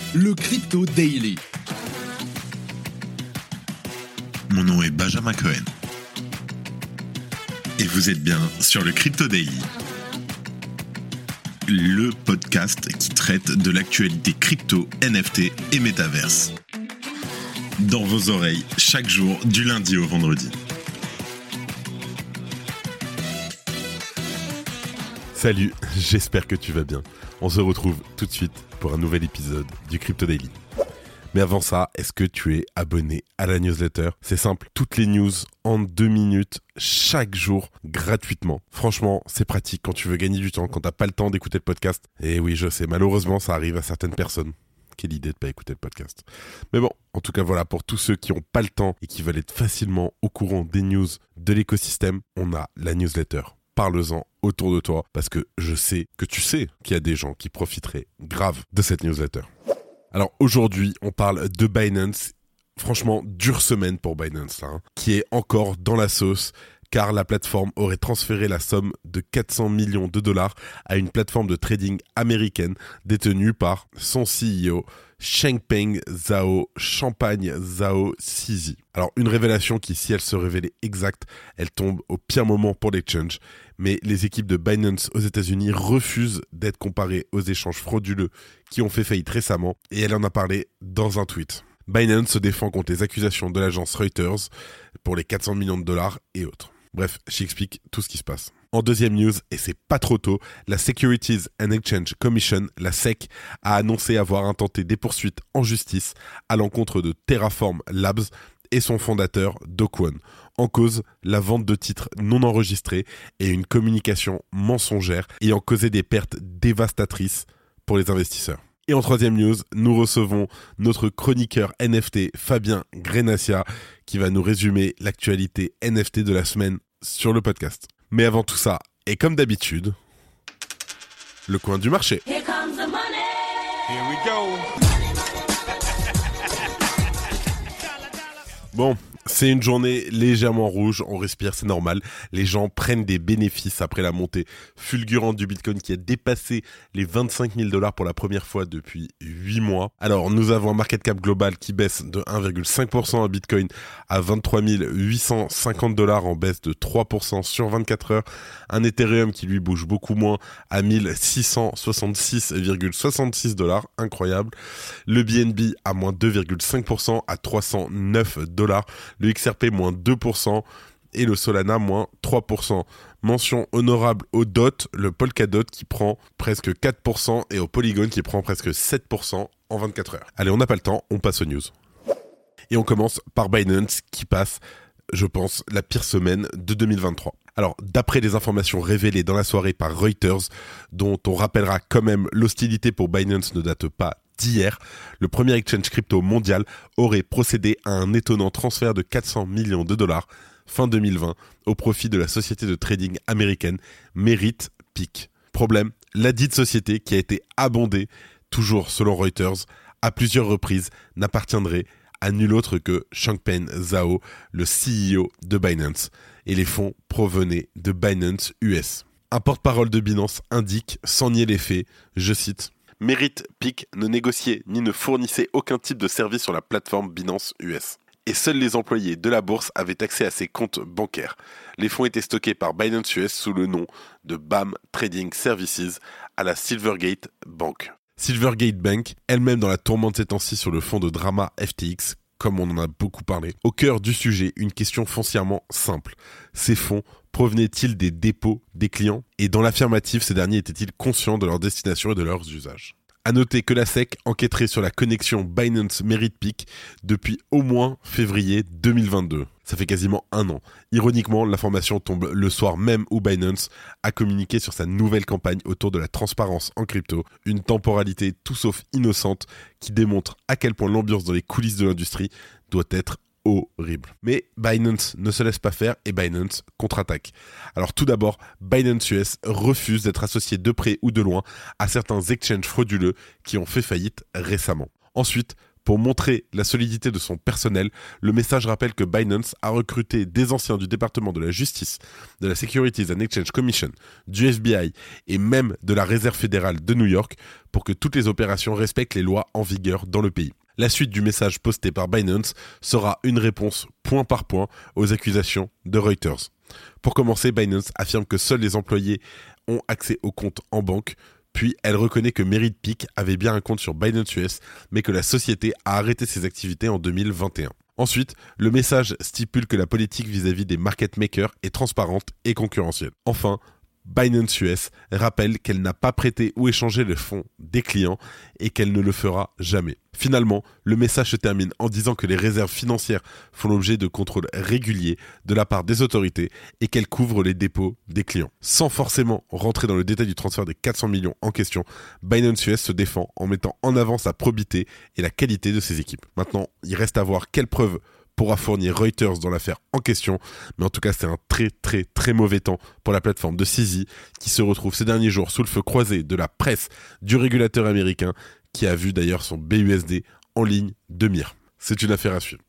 le Crypto Daily. Mon nom est Benjamin Cohen. Et vous êtes bien sur le Crypto Daily. Le podcast qui traite de l'actualité crypto, NFT et métaverse. Dans vos oreilles, chaque jour, du lundi au vendredi. Salut, j'espère que tu vas bien. On se retrouve tout de suite pour un nouvel épisode du Crypto Daily. Mais avant ça, est-ce que tu es abonné à la newsletter ? C'est simple, toutes les news en 2 minutes, chaque jour, gratuitement. Franchement, c'est pratique quand tu veux gagner du temps, quand t'as pas le temps d'écouter le podcast. Et oui, je sais, malheureusement, ça arrive à certaines personnes. Quelle idée de pas écouter le podcast. Mais bon, en tout cas, voilà, pour tous ceux qui n'ont pas le temps et qui veulent être facilement au courant des news de l'écosystème, on a la newsletter. Parle-en autour de toi, parce que je sais que tu sais qu'il y a des gens qui profiteraient grave de cette newsletter. Alors aujourd'hui, on parle de Binance. Franchement, dure semaine pour Binance, là, qui est encore dans la sauce, car la plateforme aurait transféré la somme de 400 millions de dollars à une plateforme de trading américaine détenue par son CEO, Changpeng Zhao Champagne Zhao CZ. Alors une révélation qui, si elle se révélait exacte, elle tombe au pire moment pour l'exchange. Mais les équipes de Binance aux États-Unis refusent d'être comparées aux échanges frauduleux qui ont fait faillite récemment, et elle en a parlé dans un tweet. Binance se défend contre les accusations de l'agence Reuters pour les 400 millions de dollars et autres. Bref, j'explique tout ce qui se passe. En deuxième news, et c'est pas trop tôt, la Securities and Exchange Commission, la SEC, a annoncé avoir intenté des poursuites en justice à l'encontre de Terraform Labs et son fondateur, Do Kwon. En cause, la vente de titres non enregistrés et une communication mensongère ayant causé des pertes dévastatrices pour les investisseurs. Et en troisième news, nous recevons notre chroniqueur NFT Fabien Grenassia qui va nous résumer l'actualité NFT de la semaine sur le podcast. Mais avant tout ça, et comme d'habitude, le coin du marché. Here comes the money. Here we go. Bon, c'est une journée légèrement rouge, on respire, c'est normal. Les gens prennent des bénéfices après la montée fulgurante du Bitcoin qui a dépassé les 25 000 $ pour la première fois depuis 8 mois. Alors, nous avons un market cap global qui baisse de 1,5% à Bitcoin à 23 850 $ en baisse de 3% sur 24 heures. Un Ethereum qui lui bouge beaucoup moins à 1666,66 $, incroyable. Le BNB à moins 2,5% à 309 $. Le XRP moins 2% et le Solana moins 3%. Mention honorable au DOT, le Polkadot qui prend presque 4% et au Polygon qui prend presque 7% en 24 heures. Allez, on n'a pas le temps, on passe aux news. Et on commence par Binance qui passe, je pense, la pire semaine de 2023. Alors, d'après les informations révélées dans la soirée par Reuters, dont on rappellera quand même l'hostilité pour Binance ne date pas d'hier, le premier exchange crypto mondial aurait procédé à un étonnant transfert de 400 millions de dollars fin 2020 au profit de la société de trading américaine Meritpeak. Problème, ladite société qui a été abondée, toujours selon Reuters, à plusieurs reprises, n'appartiendrait à nul autre que Changpeng Zhao, le CEO de Binance, et les fonds provenaient de Binance US. Un porte-parole de Binance indique, sans nier les faits, je cite, « Meritpeak ne négociait ni ne fournissait aucun type de service sur la plateforme Binance US. Et seuls les employés de la bourse avaient accès à ses comptes bancaires. Les fonds étaient stockés par Binance US sous le nom de BAM Trading Services à la Silvergate Bank. » Silvergate Bank, elle-même dans la tourmente ces temps-ci sur le fond de drama FTX, comme on en a beaucoup parlé. Au cœur du sujet, une question foncièrement simple. Ces fonds provenaient-ils des dépôts des clients ? Et dans l'affirmative, ces derniers étaient-ils conscients de leur destination et de leurs usages ? À noter que la SEC enquêterait sur la connexion Binance Meritpeak depuis au moins février 2022. Ça fait quasiment 1 an. Ironiquement, l'information tombe le soir même où Binance a communiqué sur sa nouvelle campagne autour de la transparence en crypto, une temporalité tout sauf innocente qui démontre à quel point l'ambiance dans les coulisses de l'industrie doit être horrible. Mais Binance ne se laisse pas faire et Binance contre-attaque. Alors tout d'abord, Binance US refuse d'être associé de près ou de loin à certains exchanges frauduleux qui ont fait faillite récemment. Ensuite, Pour montrer la solidité de son personnel, le message rappelle que Binance a recruté des anciens du département de la justice, de la Securities and Exchange Commission, du FBI et même de la Réserve fédérale de New York pour que toutes les opérations respectent les lois en vigueur dans le pays. La suite du message posté par Binance sera une réponse point par point aux accusations de Reuters. Pour commencer, Binance affirme que seuls les employés ont accès aux comptes en banque. Puis, elle reconnaît que Meritpeak avait bien un compte sur Binance US, mais que la société a arrêté ses activités en 2021. Ensuite, le message stipule que la politique vis-à-vis des market makers est transparente et concurrentielle. Enfin, Binance US rappelle qu'elle n'a pas prêté ou échangé les fonds des clients et qu'elle ne le fera jamais. Finalement, le message se termine en disant que les réserves financières font l'objet de contrôles réguliers de la part des autorités et qu'elles couvrent les dépôts des clients. Sans forcément rentrer dans le détail du transfert des 400 millions en question, Binance US se défend en mettant en avant sa probité et la qualité de ses équipes. Maintenant, il reste à voir quelles preuves pourra fournir Reuters dans l'affaire en question, mais en tout cas c'est un très mauvais temps pour la plateforme de CZ qui se retrouve ces derniers jours sous le feu croisé de la presse, du régulateur américain qui a vu d'ailleurs son BUSD en ligne de mire. C'est une affaire à suivre.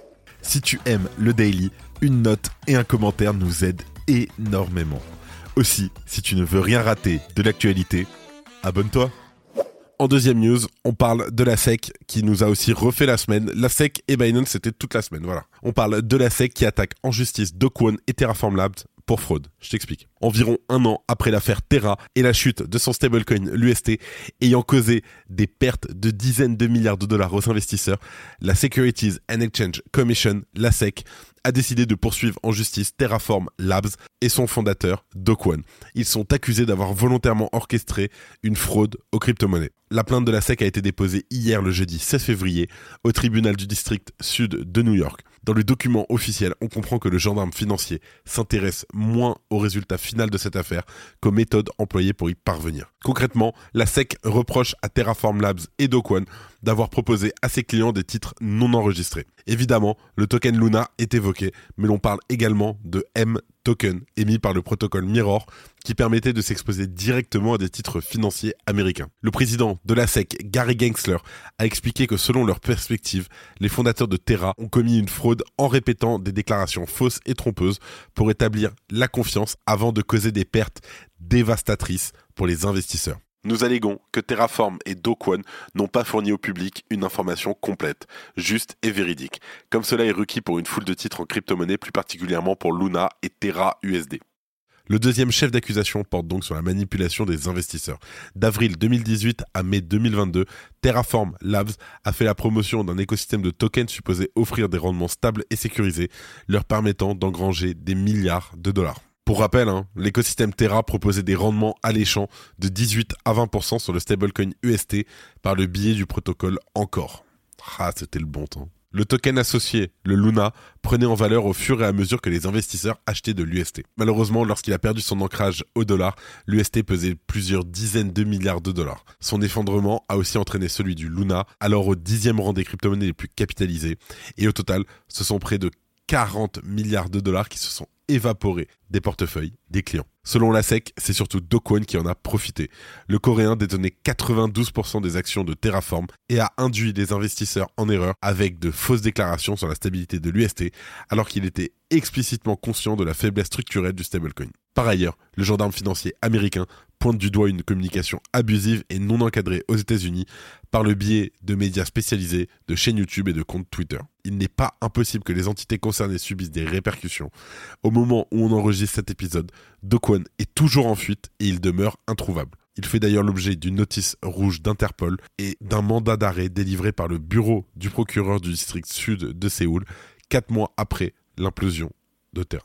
Si tu aimes le Daily, une note et un commentaire nous aident énormément. Aussi, si tu ne veux rien rater de l'actualité, abonne-toi. En deuxième news, on parle de la SEC qui nous a aussi refait la semaine. La SEC et Binance, c'était toute la semaine, voilà. On parle de la SEC qui attaque en justice Do Kwon et Terraform Labs pour fraude. Je t'explique. Environ un an après l'affaire Terra et la chute de son stablecoin, l'UST, ayant causé des pertes de dizaines de milliards de dollars aux investisseurs, la Securities and Exchange Commission, la SEC, a décidé de poursuivre en justice Terraform Labs et son fondateur, Do Kwon. Ils sont accusés d'avoir volontairement orchestré une fraude aux crypto-monnaies. La plainte de la SEC a été déposée hier, le jeudi 16 février, au tribunal du district sud de New York. Dans le document officiel, on comprend que le gendarme financier s'intéresse moins au résultat final de cette affaire qu'aux méthodes employées pour y parvenir. Concrètement, la SEC reproche à Terraform Labs et Do Kwon d'avoir proposé à ses clients des titres non enregistrés. Évidemment, le token Luna est évoqué, mais l'on parle également de M-Token, émis par le protocole Mirror, qui permettait de s'exposer directement à des titres financiers américains. Le président de la SEC, Gary Gensler, a expliqué que selon leur perspective, les fondateurs de Terra ont commis une fraude en répétant des déclarations fausses et trompeuses pour établir la confiance avant de causer des pertes dévastatrices pour les investisseurs. Nous alléguons que Terraform et Do Kwon n'ont pas fourni au public une information complète, juste et véridique, comme cela est requis pour une foule de titres en crypto-monnaie, plus particulièrement pour Luna et Terra USD. Le deuxième chef d'accusation porte donc sur la manipulation des investisseurs. D'avril 2018 à mai 2022, Terraform Labs a fait la promotion d'un écosystème de tokens supposé offrir des rendements stables et sécurisés, leur permettant d'engranger des milliards de dollars. Pour rappel, l'écosystème Terra proposait des rendements alléchants de 18 à 20% sur le stablecoin UST par le biais du protocole Encore. Ah, c'était le bon temps. Le token associé, le Luna, prenait en valeur au fur et à mesure que les investisseurs achetaient de l'UST. Malheureusement, lorsqu'il a perdu son ancrage au dollar, l'UST pesait plusieurs dizaines de milliards de dollars. Son effondrement a aussi entraîné celui du Luna, alors au 10e rang des crypto-monnaies les plus capitalisées. Et au total, ce sont près de 40 milliards de dollars qui se sont évaporés des portefeuilles des clients. Selon la SEC, c'est surtout Do Kwon qui en a profité. Le Coréen détenait 92% des actions de Terraform et a induit les investisseurs en erreur avec de fausses déclarations sur la stabilité de l'UST alors qu'il était explicitement conscient de la faiblesse structurelle du stablecoin. Par ailleurs, le gendarme financier américain pointe du doigt une communication abusive et non encadrée aux États-Unis par le biais de médias spécialisés, de chaînes YouTube et de comptes Twitter. Il n'est pas impossible que les entités concernées subissent des répercussions. Au moment où on enregistre cet épisode, Do Kwon est toujours en fuite et il demeure introuvable. Il fait d'ailleurs l'objet d'une notice rouge d'Interpol et d'un mandat d'arrêt délivré par le bureau du procureur du district sud de Séoul, 4 mois après l'implosion de Terra.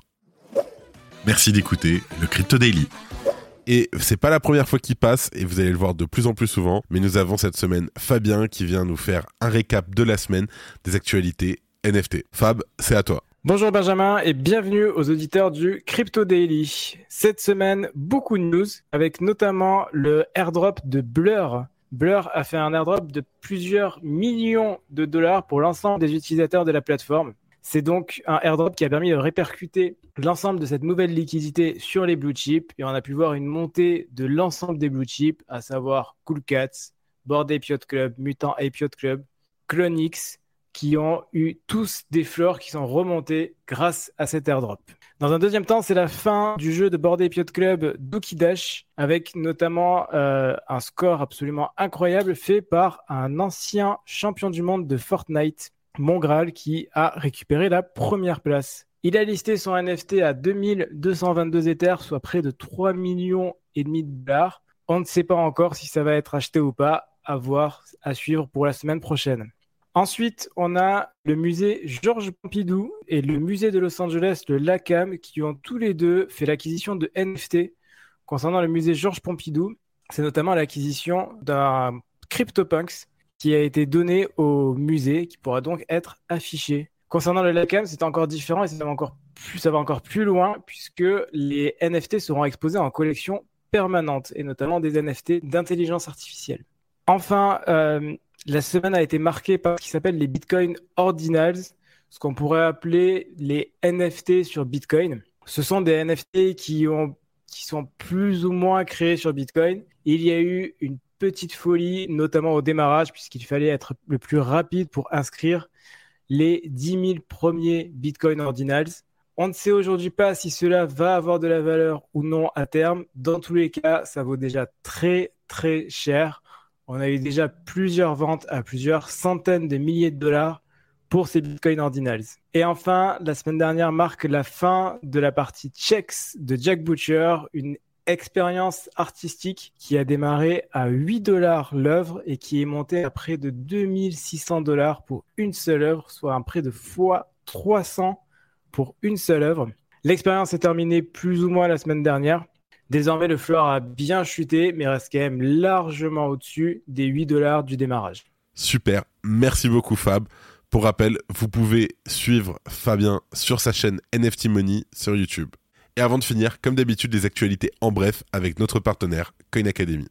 Merci d'écouter le Crypto Daily. Et c'est pas la première fois qu'il passe, et vous allez le voir de plus en plus souvent, mais nous avons cette semaine Fabien qui vient nous faire un récap de la semaine des actualités NFT. Fab, c'est à toi. Bonjour Benjamin et bienvenue aux auditeurs du Crypto Daily. Cette semaine, beaucoup de news, avec notamment le airdrop de Blur. Blur a fait un airdrop de plusieurs millions de dollars pour l'ensemble des utilisateurs de la plateforme. C'est donc un airdrop qui a permis de répercuter l'ensemble de cette nouvelle liquidité sur les blue chips et on a pu voir une montée de l'ensemble des blue chips, à savoir Cool Cats, Bored Ape Yacht Club, Mutant Ape Yacht Club, Clonix, qui ont eu tous des fleurs qui sont remontées grâce à cet airdrop. Dans un deuxième temps, c'est la fin du jeu de Bored Ape Yacht Club Dookie Dash, avec notamment un score absolument incroyable fait par un ancien champion du monde de Fortnite, Mongral, qui a récupéré la première place. Il a listé son NFT à 2222 Ethers, soit près de 3,5 millions de dollars. On ne sait pas encore si ça va être acheté ou pas, à voir, à suivre pour la semaine prochaine. Ensuite, on a le musée Georges Pompidou et le musée de Los Angeles, le LACAM, qui ont tous les deux fait l'acquisition de NFT. Concernant le musée Georges Pompidou, c'est notamment l'acquisition d'un CryptoPunks qui a été donné au musée, qui pourra donc être affiché. Concernant le LACAM, c'est encore différent et ça va encore plus loin, puisque les NFT seront exposés en collection permanente, et notamment des NFT d'intelligence artificielle. Enfin, la semaine a été marquée par ce qui s'appelle les Bitcoin Ordinals, ce qu'on pourrait appeler les NFT sur Bitcoin. Ce sont des NFT qui sont plus ou moins créés sur Bitcoin. Il y a eu une petite folie, notamment au démarrage, puisqu'il fallait être le plus rapide pour inscrire les 10 000 premiers Bitcoin Ordinals. On ne sait aujourd'hui pas si cela va avoir de la valeur ou non à terme. Dans tous les cas, ça vaut déjà très, très cher. On a eu déjà plusieurs ventes à plusieurs centaines de milliers de dollars pour ces Bitcoin Ordinals. Et enfin, la semaine dernière marque la fin de la partie Checks de Jack Butcher, une expérience artistique qui a démarré à 8 dollars l'œuvre et qui est montée à près de 2600 dollars pour une seule œuvre, soit un près de fois 300 pour une seule œuvre. L'expérience est terminée plus ou moins la semaine dernière. Désormais, le floor a bien chuté, mais reste quand même largement au-dessus des 8 dollars du démarrage. Super, merci beaucoup Fab. Pour rappel, vous pouvez suivre Fabien sur sa chaîne NFT Money sur YouTube. Et avant de finir, comme d'habitude, les actualités en bref avec notre partenaire Coin Academy.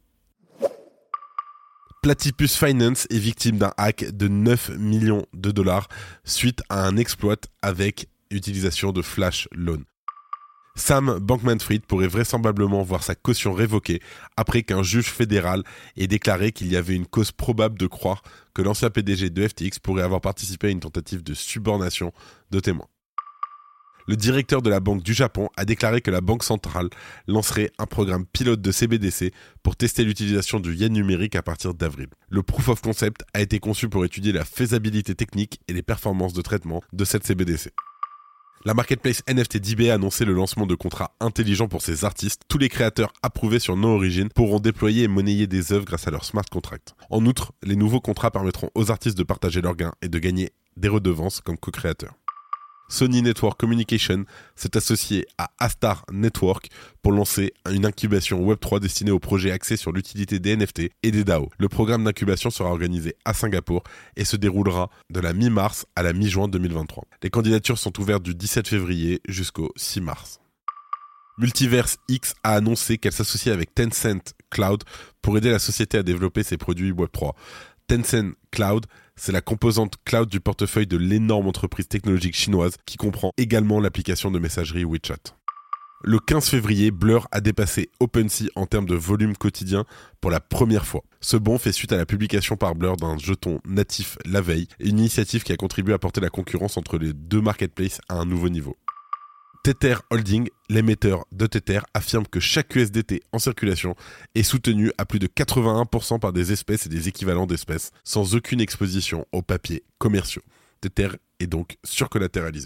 Platypus Finance est victime d'un hack de 9 millions de dollars suite à un exploit avec utilisation de Flash Loan. Sam Bankman-Fried pourrait vraisemblablement voir sa caution révoquée après qu'un juge fédéral ait déclaré qu'il y avait une cause probable de croire que l'ancien PDG de FTX pourrait avoir participé à une tentative de subornation de témoins. Le directeur de la Banque du Japon a déclaré que la Banque centrale lancerait un programme pilote de CBDC pour tester l'utilisation du yen numérique à partir d'avril. Le Proof of Concept a été conçu pour étudier la faisabilité technique et les performances de traitement de cette CBDC. La marketplace NFT d'eBay a annoncé le lancement de contrats intelligents pour ses artistes. Tous les créateurs approuvés sur No Origin pourront déployer et monnayer des œuvres grâce à leur smart contract. En outre, les nouveaux contrats permettront aux artistes de partager leurs gains et de gagner des redevances comme co-créateurs. Sony Network Communication s'est associé à Astar Network pour lancer une incubation Web3 destinée aux projets axés sur l'utilité des NFT et des DAO. Le programme d'incubation sera organisé à Singapour et se déroulera de la mi-mars à la mi-juin 2023. Les candidatures sont ouvertes du 17 février jusqu'au 6 mars. Multiverse X a annoncé qu'elle s'associait avec Tencent Cloud pour aider la société à développer ses produits Web3. Tencent Cloud, c'est la composante cloud du portefeuille de l'énorme entreprise technologique chinoise qui comprend également l'application de messagerie WeChat. Le 15 février, Blur a dépassé OpenSea en termes de volume quotidien pour la première fois. Ce bond fait suite à la publication par Blur d'un jeton natif la veille, une initiative qui a contribué à porter la concurrence entre les deux marketplaces à un nouveau niveau. Tether Holding, l'émetteur de Tether, affirme que chaque USDT en circulation est soutenu à plus de 81% par des espèces et des équivalents d'espèces, sans aucune exposition aux papiers commerciaux. Tether est donc surcollatéralisé.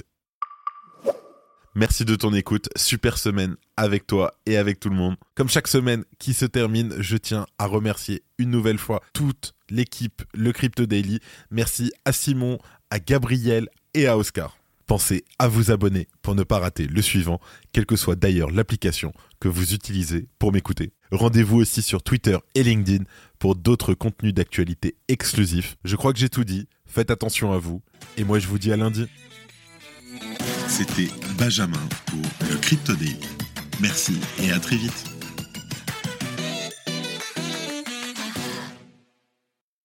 Merci de ton écoute, super semaine avec toi et avec tout le monde. Comme chaque semaine qui se termine, je tiens à remercier une nouvelle fois toute l'équipe, le Crypto Daily. Merci à Simon, à Gabriel et à Oscar. Pensez à vous abonner pour ne pas rater le suivant, quelle que soit d'ailleurs l'application que vous utilisez pour m'écouter. Rendez-vous aussi sur Twitter et LinkedIn pour d'autres contenus d'actualité exclusifs. Je crois que j'ai tout dit, faites attention à vous, et moi je vous dis à lundi. C'était Benjamin pour le Crypto Daily. Merci et à très vite.